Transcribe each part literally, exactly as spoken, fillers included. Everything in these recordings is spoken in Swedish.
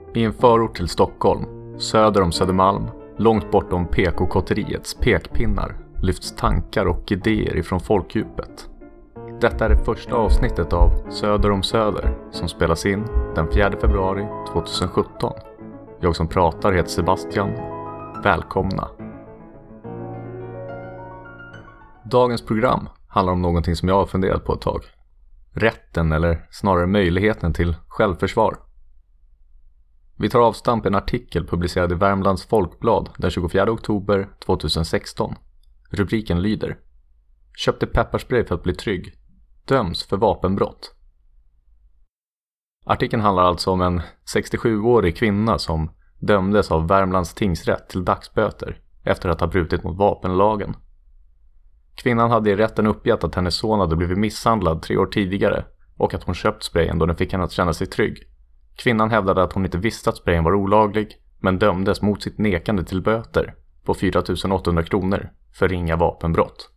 I en förort till Stockholm, söder om Södermalm, långt bortom P K-kotteriets pekpinnar, lyfts tankar och idéer ifrån folkdjupet. Detta är det första avsnittet av Söder om Söder som spelas in den fjärde februari tjugohundrasjutton. Jag som pratar heter Sebastian. Välkomna! Dagens program handlar om någonting som jag har funderat på ett tag. Rätten eller snarare möjligheten till självförsvar. Vi tar avstamp i en artikel publicerad i Värmlands Folkblad den tjugofjärde oktober tjugohundrasexton. Rubriken lyder: Köpte pepparspray för att bli trygg. Döms för vapenbrott. Artikeln handlar alltså om en sextiosjuårig kvinna som dömdes av Värmlands tingsrätt till dagsböter efter att ha brutit mot vapenlagen. Kvinnan hade i rätten uppgett att hennes son hade blivit misshandlad tre år tidigare och att hon köpt sprayen då den fick henne att känna sig trygg. Kvinnan hävdade att hon inte visste att sprayen var olaglig, men dömdes mot sitt nekande till böter på fyra tusen åttahundra kronor för ringa vapenbrott.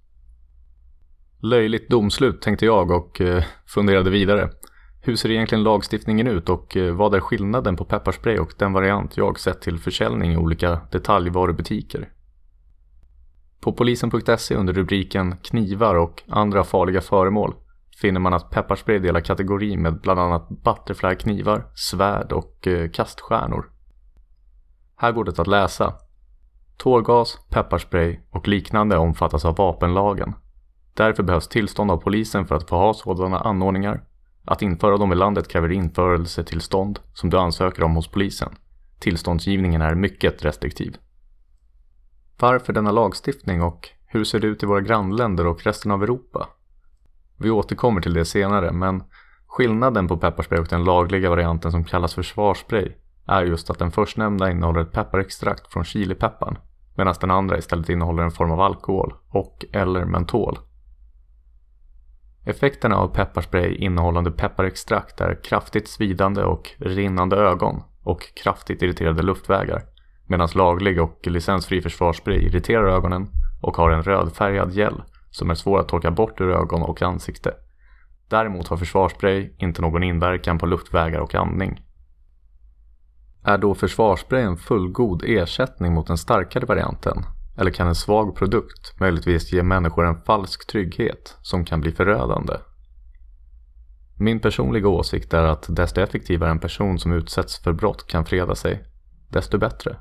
Löjligt domslut, tänkte jag och eh, funderade vidare. Hur ser egentligen lagstiftningen ut och eh, vad är skillnaden på pepparspray och den variant jag sett till försäljning i olika detaljvarubutiker? På polisen punkt se under rubriken knivar och andra farliga föremål finner man att pepparspray delar kategori med bland annat butterfly-knivar, svärd och eh, kaststjärnor. Här går det att läsa: tårgas, pepparspray och liknande omfattas av vapenlagen. Därför behövs tillstånd av polisen för att få ha sådana anordningar. Att införa dem i landet kräver införelsetillstånd som du ansöker om hos polisen. Tillståndsgivningen är mycket restriktiv. Varför denna lagstiftning och hur ser det ut i våra grannländer och resten av Europa? Vi återkommer till det senare, men skillnaden på pepparspray och den lagliga varianten som kallas försvarsspray är just att den förstnämnda innehåller ett pepparextrakt från chilipepparn, medan den andra istället innehåller en form av alkohol och eller mentol. Effekterna av pepparspray innehållande pepparextrakt är kraftigt svidande och rinnande ögon och kraftigt irriterade luftvägar, medan laglig och licensfri försvarsspray irriterar ögonen och har en rödfärgad gel som är svår att torka bort ur ögon och ansikte. Däremot har försvarsspray inte någon inverkan på luftvägar och andning. Är då försvarsspray en fullgod ersättning mot den starkare varianten? Eller kan en svag produkt möjligtvis ge människor en falsk trygghet som kan bli förödande? Min personliga åsikt är att desto effektivare en person som utsätts för brott kan freda sig, desto bättre.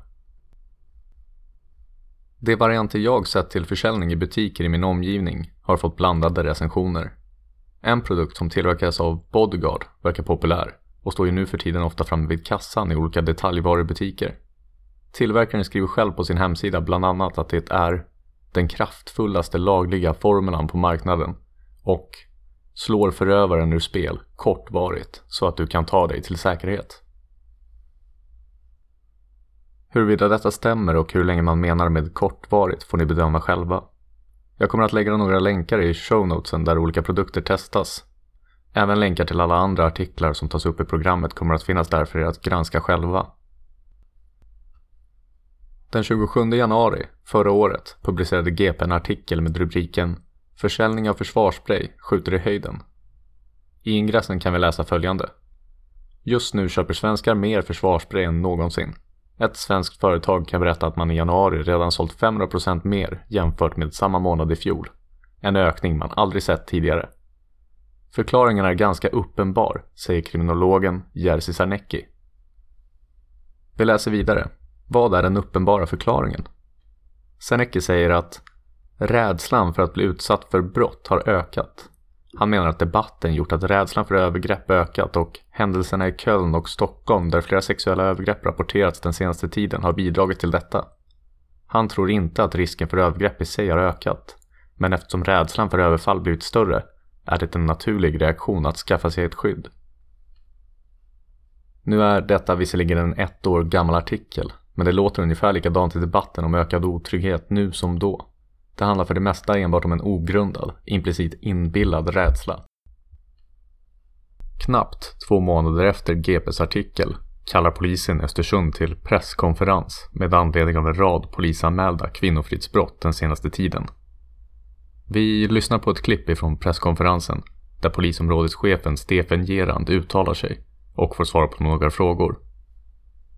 De varianter jag sett till försäljning i butiker i min omgivning har fått blandade recensioner. En produkt som tillverkas av Bodyguard verkar populär och står ju nu för tiden ofta framme vid kassan i olika detaljvarubutiker. Tillverkaren skriver själv på sin hemsida bland annat att det är den kraftfullaste lagliga formulan på marknaden och slår förövaren ur spel kortvarigt så att du kan ta dig till säkerhet. Huruvida detta stämmer och hur länge man menar med kortvarigt får ni bedöma själva. Jag kommer att lägga några länkar i shownotesen där olika produkter testas. Även länkar till alla andra artiklar som tas upp i programmet kommer att finnas där för er att granska själva. Den tjugosjunde januari förra året publicerade G P en artikel med rubriken Försäljning av försvarsspray skjuter i höjden. I ingressen kan vi läsa följande: Just nu köper svenskar mer försvarsspray än någonsin. Ett svenskt företag kan berätta att man i januari redan sålt femhundra procent mer jämfört med samma månad i fjol. En ökning man aldrig sett tidigare. Förklaringen är ganska uppenbar, säger kriminologen Jerzy Sarnecki. Vi läser vidare. Vad är den uppenbara förklaringen? Sarnecki säger att rädslan för att bli utsatt för brott har ökat. Han menar att debatten gjort att rädslan för övergrepp ökat och händelserna i Köln och Stockholm där flera sexuella övergrepp rapporterats den senaste tiden har bidragit till detta. Han tror inte att risken för övergrepp i sig har ökat, men eftersom rädslan för överfall blivit större är det en naturlig reaktion att skaffa sig ett skydd. Nu är detta visserligen en ett år gammal artikel, men det låter ungefär likadant i debatten om ökad otrygghet nu som då. Det handlar för det mesta enbart om en ogrundad, implicit inbillad rädsla. Knappt två månader efter G P:s artikel kallar polisen Östersund till presskonferens med anledning av en rad polisanmälda kvinnofridsbrott den senaste tiden. Vi lyssnar på ett klipp ifrån presskonferensen där polisområdeschefen Stefan Gerand uttalar sig och får svara på några frågor.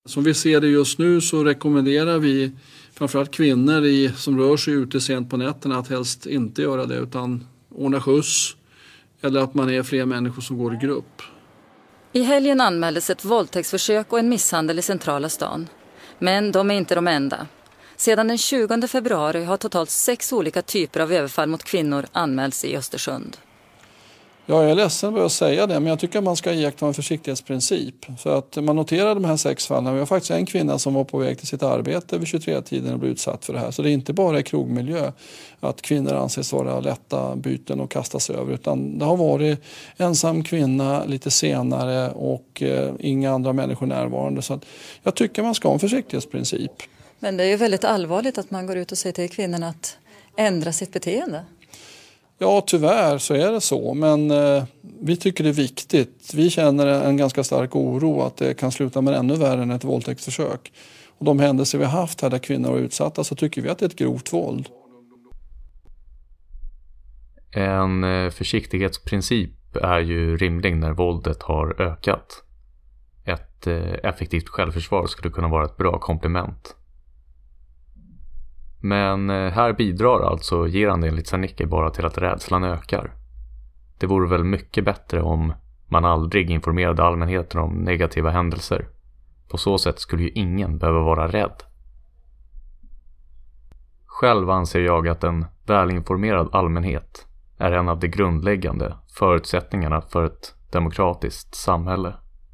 Som vi ser det just nu så rekommenderar vi framförallt kvinnor i, som rör sig ute sent på nätterna att helst inte göra det utan ordna skjuts eller att man är fler människor som går i grupp. I helgen anmäldes ett våldtäktsförsök och en misshandel i centrala stan. Men de är inte de enda. Sedan den tjugonde februari har totalt sex olika typer av överfall mot kvinnor anmälts i Östersund. Ja, jag är ledsen att säga det, men jag tycker att man ska iaktta en försiktighetsprincip. För att man noterar de här sex fallen. Vi har faktiskt en kvinna som var på väg till sitt arbete vid tjugotre-tiden och blev utsatt för det här. Så det är inte bara i krogmiljö att kvinnor anses vara lätta byten och kastas över. Utan det har varit ensam kvinna lite senare och eh, inga andra människor närvarande. Så att jag tycker man ska ha en försiktighetsprincip. Men det är ju väldigt allvarligt att man går ut och säger till kvinnorna att ändra sitt beteende. Ja, tyvärr så är det så, men eh, vi tycker det är viktigt. Vi känner en ganska stark oro att det kan sluta med ännu värre än ett våldtäktsförsök. Och de händelser vi har haft här där kvinnor är utsatta så tycker vi att det är ett grovt våld. En eh, försiktighetsprincip är ju rimlig när våldet har ökat. Ett eh, effektivt självförsvar skulle kunna vara ett bra komplement. Men här bidrar alltså gerande enligt Sarnicki bara till att rädslan ökar. Det vore väl mycket bättre om man aldrig informerade allmänheten om negativa händelser. På så sätt skulle ju ingen behöva vara rädd. Själv anser jag att en välinformerad allmänhet är en av de grundläggande förutsättningarna för ett demokratiskt samhälle.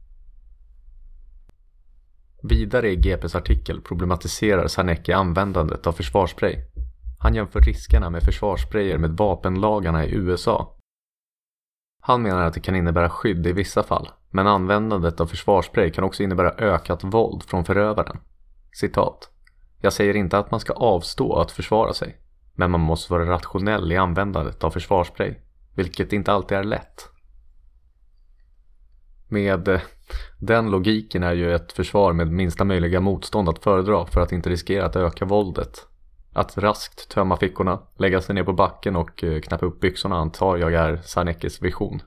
Vidare i G P:s artikel problematiserar Sarnicki användandet av försvarsspray. Han jämför riskerna med försvarssprayer med vapenlagarna i U S A. Han menar att det kan innebära skydd i vissa fall, men användandet av försvarsspray kan också innebära ökat våld från förövaren. Citat: "Jag säger inte att man ska avstå att försvara sig, men man måste vara rationell i användandet av försvarsspray, vilket inte alltid är lätt." Med den logiken är ju ett försvar med minsta möjliga motstånd att föredra för att inte riskera att öka våldet. Att raskt tömma fickorna, lägga sig ner på backen och knappa upp byxorna antar jag är Sarnickis vision.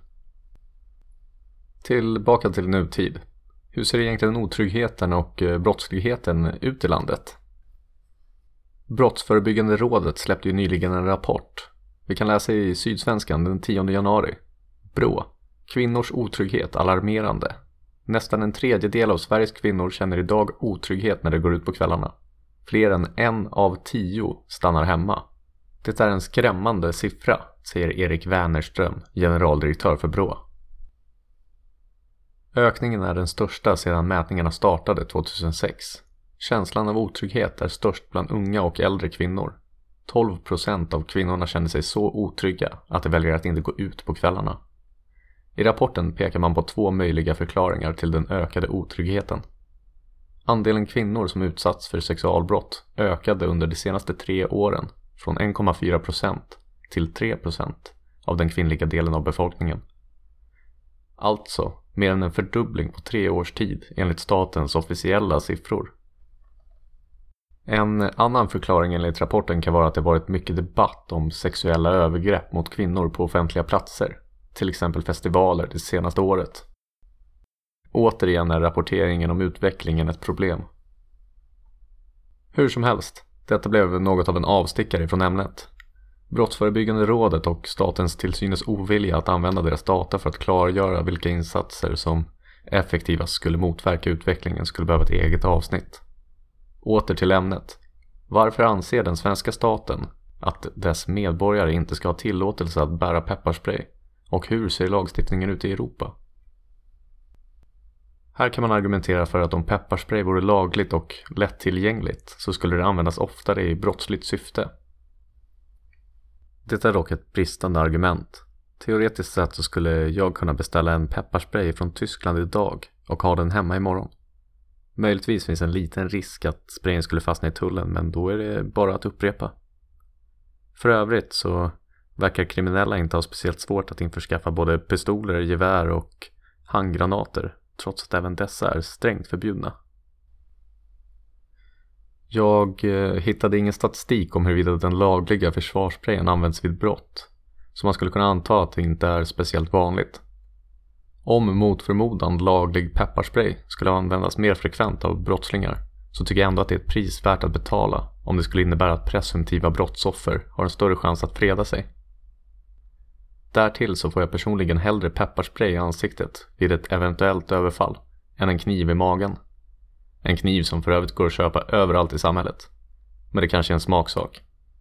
Tillbaka till nutid. Hur ser egentligen otryggheten och brottsligheten ut i landet? Brottsförebyggande rådet släppte ju nyligen en rapport. Vi kan läsa i Sydsvenskan den tionde januari. Brå. Kvinnors otrygghet alarmerande. Nästan en tredjedel av Sveriges kvinnor känner idag otrygghet när de går ut på kvällarna. Fler än en av tio stannar hemma. Det är en skrämmande siffra, säger Erik Wernerström, generaldirektör för Brå. Ökningen är den största sedan mätningarna startade tjugohundrasex. Känslan av otrygghet är störst bland unga och äldre kvinnor. tolv procent av kvinnorna känner sig så otrygga att de väljer att inte gå ut på kvällarna. I rapporten pekar man på två möjliga förklaringar till den ökade otryggheten. Andelen kvinnor som utsatts för sexualbrott ökade under de senaste tre åren från en komma fyra procent till tre procent av den kvinnliga delen av befolkningen. Alltså mer än en fördubbling på tre års tid enligt statens officiella siffror. En annan förklaring enligt rapporten kan vara att det varit mycket debatt om sexuella övergrepp mot kvinnor på offentliga platser, till exempel festivaler det senaste året. Återigen är rapporteringen om utvecklingen ett problem. Hur som helst, detta blev något av en avstickare från ämnet. Brottsförebyggande rådet och statens tillsynes ovilja att använda deras data för att klargöra vilka insatser som effektivast skulle motverka utvecklingen skulle behöva ett eget avsnitt. Åter till ämnet. Varför anser den svenska staten att dess medborgare inte ska ha tillåtelse att bära pepparspray? Och hur ser lagstiftningen ut i Europa? Här kan man argumentera för att om pepparspray vore lagligt och lättillgängligt så skulle det användas oftare i brottsligt syfte. Det är dock ett bristande argument. Teoretiskt sett så skulle jag kunna beställa en pepparspray från Tyskland idag och ha den hemma imorgon. Möjligtvis finns en liten risk att sprayen skulle fastna i tullen, men då är det bara att upprepa. För övrigt så verkar kriminella inte ha speciellt svårt att införskaffa både pistoler, gevär och handgranater, trots att även dessa är strängt förbjudna. Jag hittade ingen statistik om huruvida den lagliga försvarssprayen används vid brott, så man skulle kunna anta att det inte är speciellt vanligt. Om mot förmodan laglig pepparspray skulle användas mer frekvent av brottslingar, så tycker jag ändå att det är ett pris värt att betala om det skulle innebära att presumtiva brottsoffer har en större chans att freda sig. Därtill så får jag personligen hellre pepparspray i ansiktet vid ett eventuellt överfall än en kniv i magen. En kniv som för övrigt går att köpa överallt i samhället. Men det kanske är en smaksak.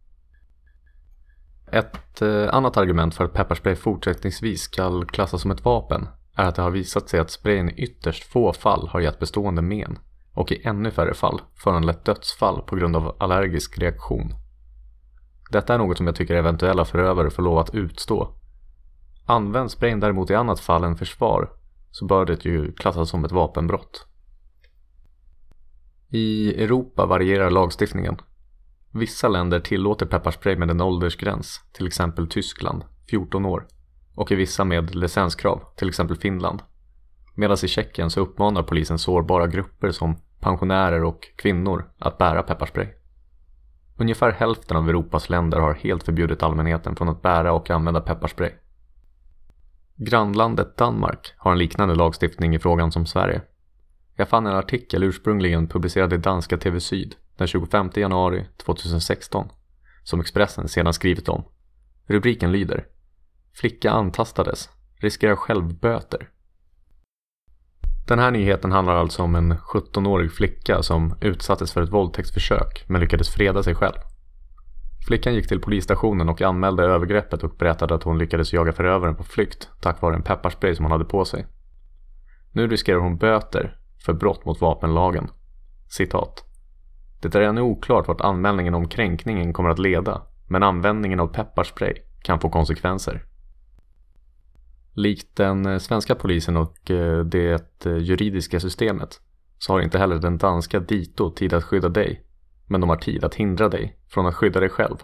Ett eh, annat argument för att pepparspray fortsättningsvis ska klassas som ett vapen är att det har visat sig att sprayen i ytterst få fall har gett bestående men och i ännu färre fall föranlett dödsfall på grund av allergisk reaktion. Detta är något som jag tycker eventuella förövare får lov att utstå. Används sprayen däremot i annat fall än försvar så bör det ju klassas som ett vapenbrott. I Europa varierar lagstiftningen. Vissa länder tillåter pepparspray med en åldersgräns, till exempel Tyskland, fjorton år, och i vissa med licenskrav, till exempel Finland. Medan i Tjeckien så uppmanar polisen sårbara grupper som pensionärer och kvinnor att bära pepparspray. Ungefär hälften av Europas länder har helt förbjudit allmänheten från att bära och använda pepparspray. Grannlandet Danmark har en liknande lagstiftning i frågan som Sverige. Jag fann en artikel ursprungligen publicerad i danska T V Syd den tjugofemte januari tjugohundrasexton som Expressen sedan skrivit om. Rubriken lyder: Flicka antastades, riskerar själv böter. Den här nyheten handlar alltså om en sjuttonårig flicka som utsattes för ett våldtäktsförsök men lyckades freda sig själv. Flickan gick till polisstationen och anmälde övergreppet och berättade att hon lyckades jaga förövaren på flykt tack vare en pepparspray som hon hade på sig. Nu riskerar hon böter för brott mot vapenlagen. Citat: Det är ännu oklart vart anmälningen om kränkningen kommer att leda, men användningen av pepparspray kan få konsekvenser. Likt den svenska polisen och det juridiska systemet så har inte heller den danska dito tid att skydda dig, men de har tid att hindra dig från att skydda dig själv.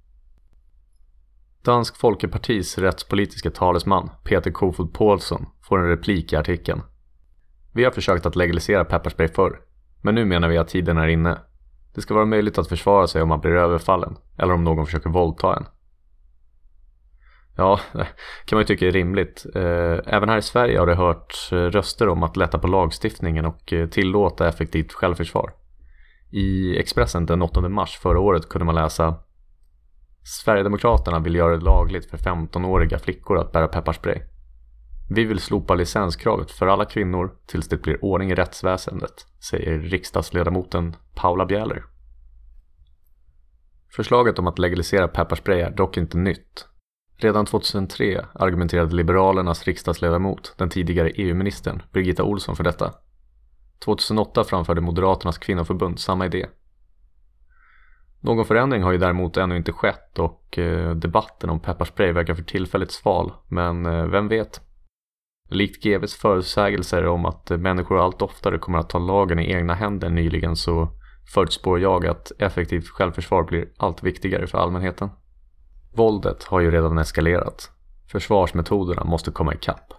Dansk Folkepartis rättspolitiska talesman Peter Kofod Poulsen får en replik i artikeln. Vi har försökt att legalisera pepparspray förr, men nu menar vi att tiden är inne. Det ska vara möjligt att försvara sig om man blir överfallen eller om någon försöker våldta en. Ja, det kan man ju tycka är rimligt. Även här i Sverige har det hört röster om att lätta på lagstiftningen och tillåta effektivt självförsvar. I Expressen den åttonde mars förra året kunde man läsa: Sverigedemokraterna vill göra det lagligt för femtonåriga flickor att bära pepparspray. Vi vill slopa licenskravet för alla kvinnor tills det blir ordning i rättsväsendet, säger riksdagsledamoten Paula Bjäller. Förslaget om att legalisera pepparspray är dock inte nytt. Redan tjugohundratre argumenterade Liberalernas riksdagsledamot, den tidigare E U-ministern Birgitta Olsson, för detta. tjugohundraåtta framförde Moderaternas kvinnoförbund samma idé. Någon förändring har ju däremot ännu inte skett och eh, debatten om pepparspray verkar för tillfället sval, men eh, vem vet? Likt G V:s förutsägelser om att eh, människor allt oftare kommer att ta lagen i egna händer nyligen, så förutspår jag att effektivt självförsvar blir allt viktigare för allmänheten. Våldet har ju redan eskalerat. Försvarsmetoderna måste komma ikapp.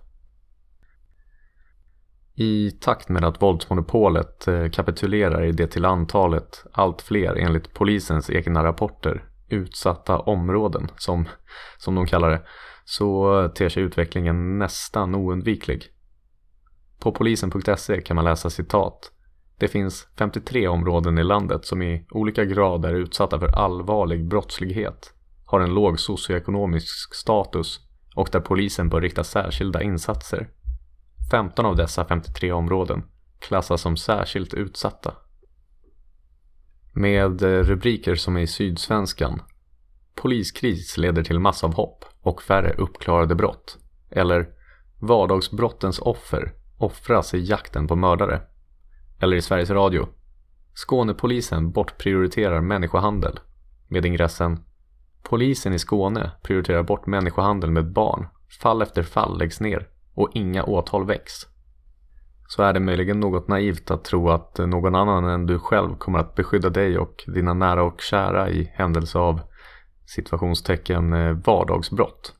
I takt med att våldsmonopolet kapitulerar i det till antalet allt fler, enligt polisens egna rapporter, utsatta områden, som, som de kallar det, så ter sig utvecklingen nästan oundviklig. På polisen punkt se kan man läsa citat: Det finns femtiotre områden i landet som i olika grad är utsatta för allvarlig brottslighet, har en låg socioekonomisk status och där polisen bör rikta särskilda insatser. femton av dessa femtiotre områden klassas som särskilt utsatta. Med rubriker som i Sydsvenskan: Poliskris leder till massavhopp och färre uppklarade brott, eller vardagsbrottens offer offras i jakten på mördare, eller i Sveriges Radio: Skånepolisen bortprioriterar människohandel, med ingressen: Polisen i Skåne prioriterar bort människohandel med barn, fall efter fall läggs ner och inga åtal väcks. Så är det möjligen något naivt att tro att någon annan än du själv kommer att beskydda dig och dina nära och kära i händelse av situationstecken vardagsbrott.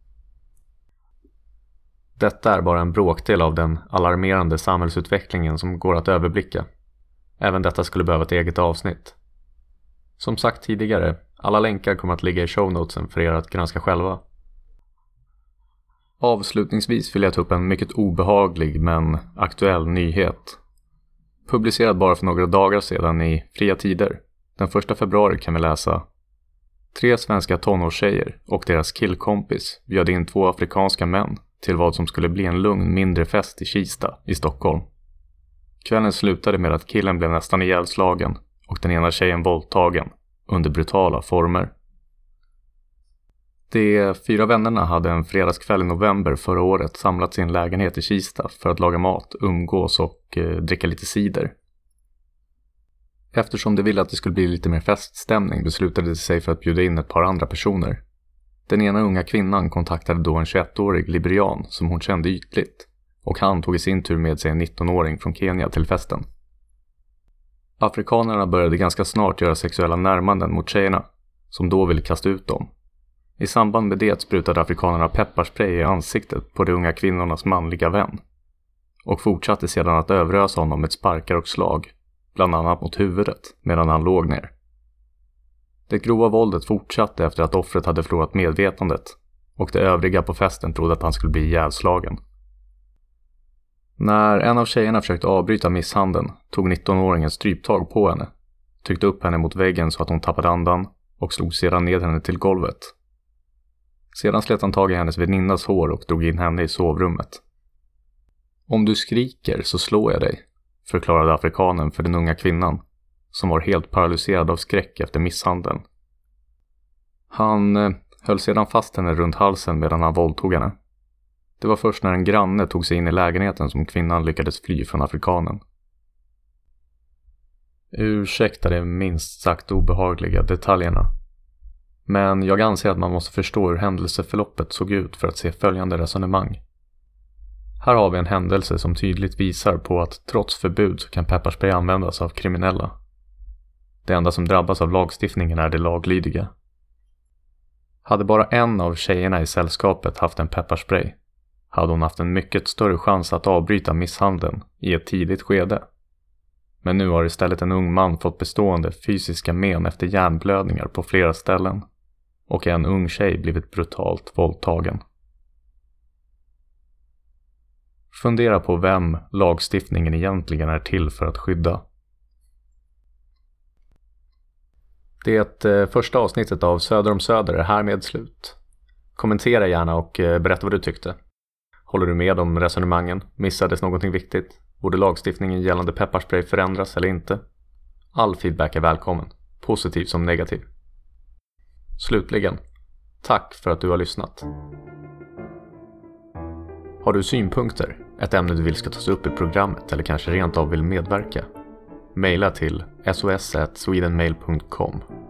Detta är bara en bråkdel av den alarmerande samhällsutvecklingen som går att överblicka. Även detta skulle behöva ett eget avsnitt. Som sagt tidigare, alla länkar kommer att ligga i shownotesen för er att granska själva. Avslutningsvis vill jag ta upp en mycket obehaglig men aktuell nyhet. Publicerad bara för några dagar sedan i Fria Tider. Den första februari kan vi läsa: Tre svenska tonårstjejer och deras killkompis bjöd in två afrikanska män till vad som skulle bli en lugn mindre fest i Kista i Stockholm. Kvällen slutade med att killen blev nästan ihjälslagen och den ena tjejen våldtagen under brutala former. De fyra vännerna hade en fredagskväll i november förra året samlats i en lägenhet i Kista för att laga mat, umgås och eh, dricka lite cider. Eftersom de ville att det skulle bli lite mer feststämning beslutade de sig för att bjuda in ett par andra personer. Den ena unga kvinnan kontaktade då en tjugoettårig liberian som hon kände ytligt, och han tog i sin tur med sig en nittonåring från Kenya till festen. Afrikanerna började ganska snart göra sexuella närmanden mot tjejerna, som då ville kasta ut dem. I samband med det sprutade afrikanerna pepparspray i ansiktet på de unga kvinnornas manliga vän och fortsatte sedan att överösa honom med sparkar och slag, bland annat mot huvudet, medan han låg ner. Det grova våldet fortsatte efter att offret hade förlorat medvetandet och de övriga på festen trodde att han skulle bli ihjälslagen. När en av tjejerna försökte avbryta misshandeln tog nittonåringen stryptag på henne, tryckte upp henne mot väggen så att hon tappade andan och slog sedan ned henne till golvet. Sedan slet han tag i hennes väninnas hår och drog in henne i sovrummet. Om du skriker så slår jag dig, förklarade afrikanen för den unga kvinnan, som var helt paralyserad av skräck efter misshandeln. Han eh, höll sedan fast henne runt halsen medan han våldtog henne. Det var först när en granne tog sig in i lägenheten som kvinnan lyckades fly från afrikanen. Ursäkta de minst sagt obehagliga detaljerna. Men jag anser att man måste förstå hur händelseförloppet såg ut för att se följande resonemang. Här har vi en händelse som tydligt visar på att trots förbud så kan pepparspray användas av kriminella. Det enda som drabbas av lagstiftningen är det laglydiga. Hade bara en av tjejerna i sällskapet haft en pepparspray hade hon haft en mycket större chans att avbryta misshandeln i ett tidigt skede. Men nu har istället en ung man fått bestående fysiska men efter hjärnblödningar på flera ställen och en ung tjej blivit brutalt våldtagen. Fundera på vem lagstiftningen egentligen är till för att skydda. Det eh, första avsnittet av Söder om Söder är härmed slut. Kommentera gärna och eh, berätta vad du tyckte. Håller du med om resonemangen? Missades någonting viktigt? Borde lagstiftningen gällande pepparspray förändras eller inte? All feedback är välkommen, positiv som negativ. Slutligen, tack för att du har lyssnat. Har du synpunkter, ett ämne du vill ska tas upp i programmet eller kanske rent av vill medverka? Maila till s o s at swedenmail punkt com.